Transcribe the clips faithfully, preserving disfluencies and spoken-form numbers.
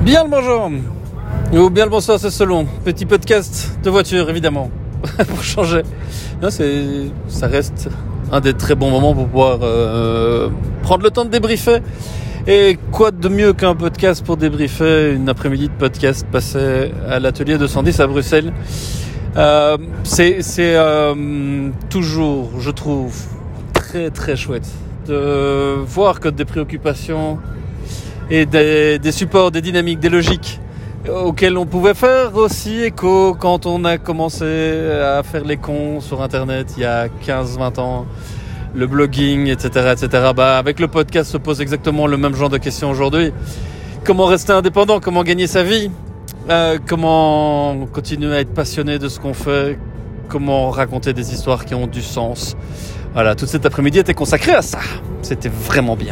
Bien le bonjour ou bien le bonsoir, c'est selon. Petit podcast de voiture, évidemment, pour changer. Non, c'est, ça reste un des très bons moments pour pouvoir euh, prendre le temps de débriefer. Et quoi de mieux qu'un podcast pour débriefer une après-midi de podcast passé à l'atelier deux cent dix à Bruxelles. Euh, c'est c'est euh, toujours, je trouve, très très chouette de voir que des préoccupations et des, des supports, des dynamiques, des logiques auxquels on pouvait faire aussi écho quand on a commencé à faire les cons sur Internet il y a quinze vingt ans, le blogging, et cetera, et cetera. Bah, avec le podcast se pose exactement le même genre de questions aujourd'hui. Comment rester indépendant? Comment gagner sa vie? Euh, comment continuer à être passionné de ce qu'on fait? Comment raconter des histoires qui ont du sens? Voilà, toute cet après-midi était consacrée à ça. C'était vraiment bien.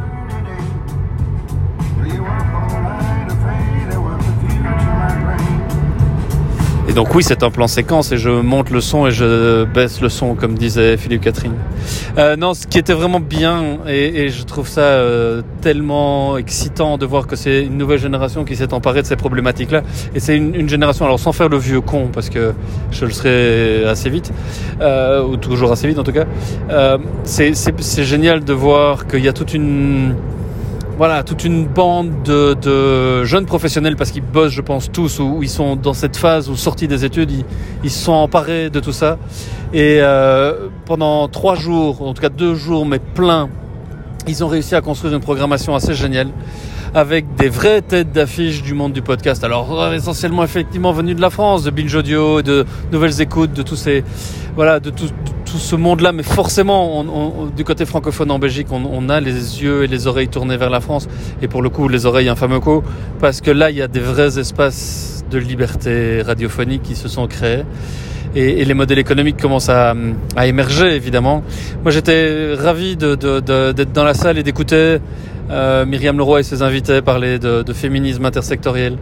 Et donc oui, c'est un plan séquence et je monte le son et je baisse le son, comme disait Philippe Catherine. Euh, non, ce qui était vraiment bien, et, et je trouve ça euh, tellement excitant de voir que c'est une nouvelle génération qui s'est emparée de ces problématiques-là. Et c'est une, une génération, alors sans faire le vieux con, parce que je le serai assez vite, euh, ou toujours assez vite en tout cas, euh, c'est, c'est, c'est génial de voir qu'il y a toute une... Voilà, toute une bande de, de jeunes professionnels, parce qu'ils bossent, je pense, tous, ou ils sont dans cette phase où, sortis des études, ils, ils se sont emparés de tout ça. Et euh, pendant trois jours, en tout cas deux jours, mais plein, ils ont réussi à construire une programmation assez géniale, avec des vraies têtes d'affiche du monde du podcast. Alors, essentiellement, effectivement, venus de la France, de Binge Audio, de Nouvelles Écoutes, de tous ces, voilà, de tout, de tout ce monde-là. Mais forcément, on, on, du côté francophone en Belgique, on, on a les yeux et les oreilles tournés vers la France. Et pour le coup, les oreilles un fameux coup, parce que là, il y a des vrais espaces de liberté radiophonique qui se sont créés. Et, et les modèles économiques commencent à, à émerger, évidemment. Moi, j'étais ravi de, de, de, d'être dans la salle et d'écouter Euh, Myriam Leroy et ses invités parler de, de féminisme intersectoriel.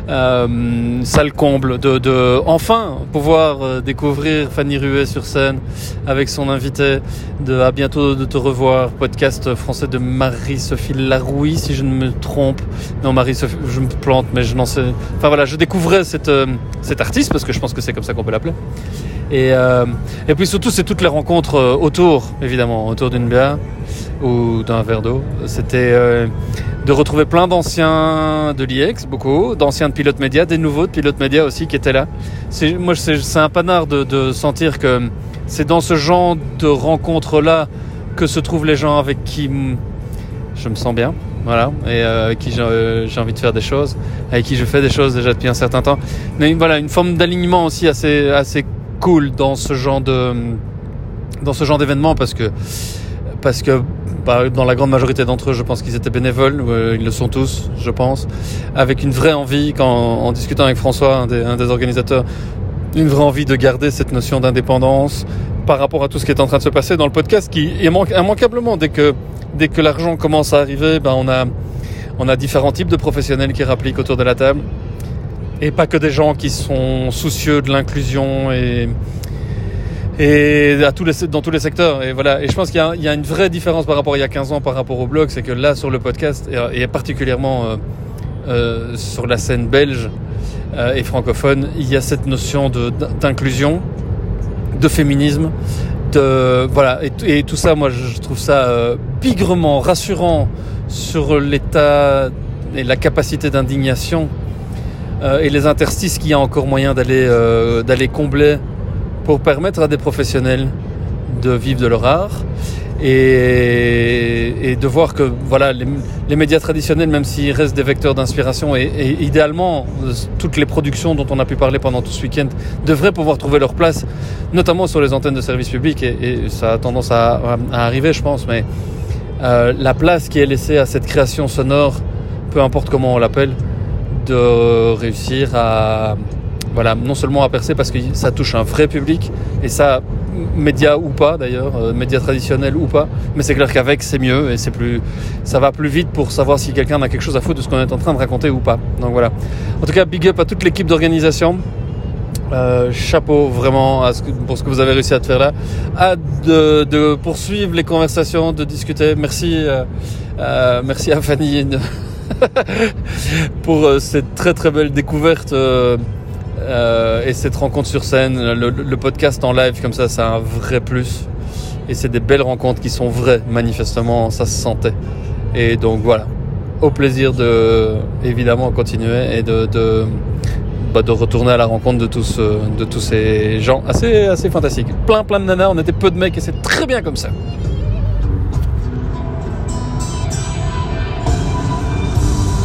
Euh, salle comble de, de enfin pouvoir euh, découvrir Fanny Ruet sur scène avec son invité de À bientôt de te revoir, podcast français de Marie-Sophie Larouille, si je ne me trompe. Non, Marie-Sophie, je me plante, mais je n'en sais. Enfin voilà, je découvrais cette euh, cet artiste, parce que je pense que c'est comme ça qu'on peut l'appeler. Et euh, et puis surtout, c'est toutes les rencontres euh, autour, évidemment, autour d'une bière ou d'un verre d'eau. C'était euh, de retrouver plein d'anciens de l'I E X, beaucoup, d'anciens de pilotes médias, des nouveaux de pilotes médias aussi qui étaient là. C'est, moi, c'est, c'est un panard de, de sentir que c'est dans ce genre de rencontres-là que se trouvent les gens avec qui je me sens bien, voilà, et euh, avec qui j'ai, euh, j'ai envie de faire des choses, avec qui je fais des choses déjà depuis un certain temps. Mais voilà, une forme d'alignement aussi assez, assez cool dans ce genre de, dans ce genre d'événement, parce que parce que bah, dans la grande majorité d'entre eux, je pense qu'ils étaient bénévoles, euh, ils le sont tous, je pense, avec une vraie envie, quand, en discutant avec François, un des, un des organisateurs, une vraie envie de garder cette notion d'indépendance par rapport à tout ce qui est en train de se passer dans le podcast, qui immanquablement, dès que, dès que l'argent commence à arriver, ben on a, on a différents types de professionnels qui rappliquent autour de la table, et pas que des gens qui sont soucieux de l'inclusion et... et à tous les, dans tous les secteurs. Et voilà. Et je pense qu'il y a, il y a une vraie différence par rapport à il y a quinze ans, par rapport au blog, c'est que là, sur le podcast, et, et particulièrement euh, euh, sur la scène belge euh, et francophone, il y a cette notion de, d'inclusion, de féminisme, de, voilà. Et, et tout ça, moi, je trouve ça euh, bigrement rassurant sur l'état et la capacité d'indignation euh, et les interstices qu'il y a encore moyen d'aller, euh, d'aller combler pour permettre à des professionnels de vivre de leur art et, et de voir que voilà, les, les médias traditionnels, même s'ils restent des vecteurs d'inspiration, et, et idéalement, toutes les productions dont on a pu parler pendant tout ce week-end devraient pouvoir trouver leur place, notamment sur les antennes de service public, et, et ça a tendance à, à, à arriver, je pense, mais euh, la place qui est laissée à cette création sonore, peu importe comment on l'appelle, de réussir à... Voilà, non seulement à percer parce que ça touche un vrai public, et ça, médias ou pas d'ailleurs, euh, médias traditionnels ou pas, mais c'est clair qu'avec c'est mieux, et c'est plus, ça va plus vite pour savoir si quelqu'un a quelque chose à foutre de ce qu'on est en train de raconter ou pas. Donc voilà. En tout cas, big up à toute l'équipe d'organisation. Euh, chapeau vraiment à ce que, pour ce que vous avez réussi à faire là. Hâte de, de poursuivre les conversations, de discuter. Merci, euh, euh, merci à Fanny de, pour euh, cette très très belle découverte euh, euh, et cette rencontre sur scène. Le, le podcast en live comme ça, c'est un vrai plus. Et c'est des belles rencontres qui sont vraies, manifestement, ça se sentait. Et donc voilà, au plaisir de, évidemment, continuer et de, de, bah, de retourner à la rencontre de tous, de tous ces gens assez, assez fantastiques. Plein plein de nanas, on était peu de mecs et c'est très bien comme ça.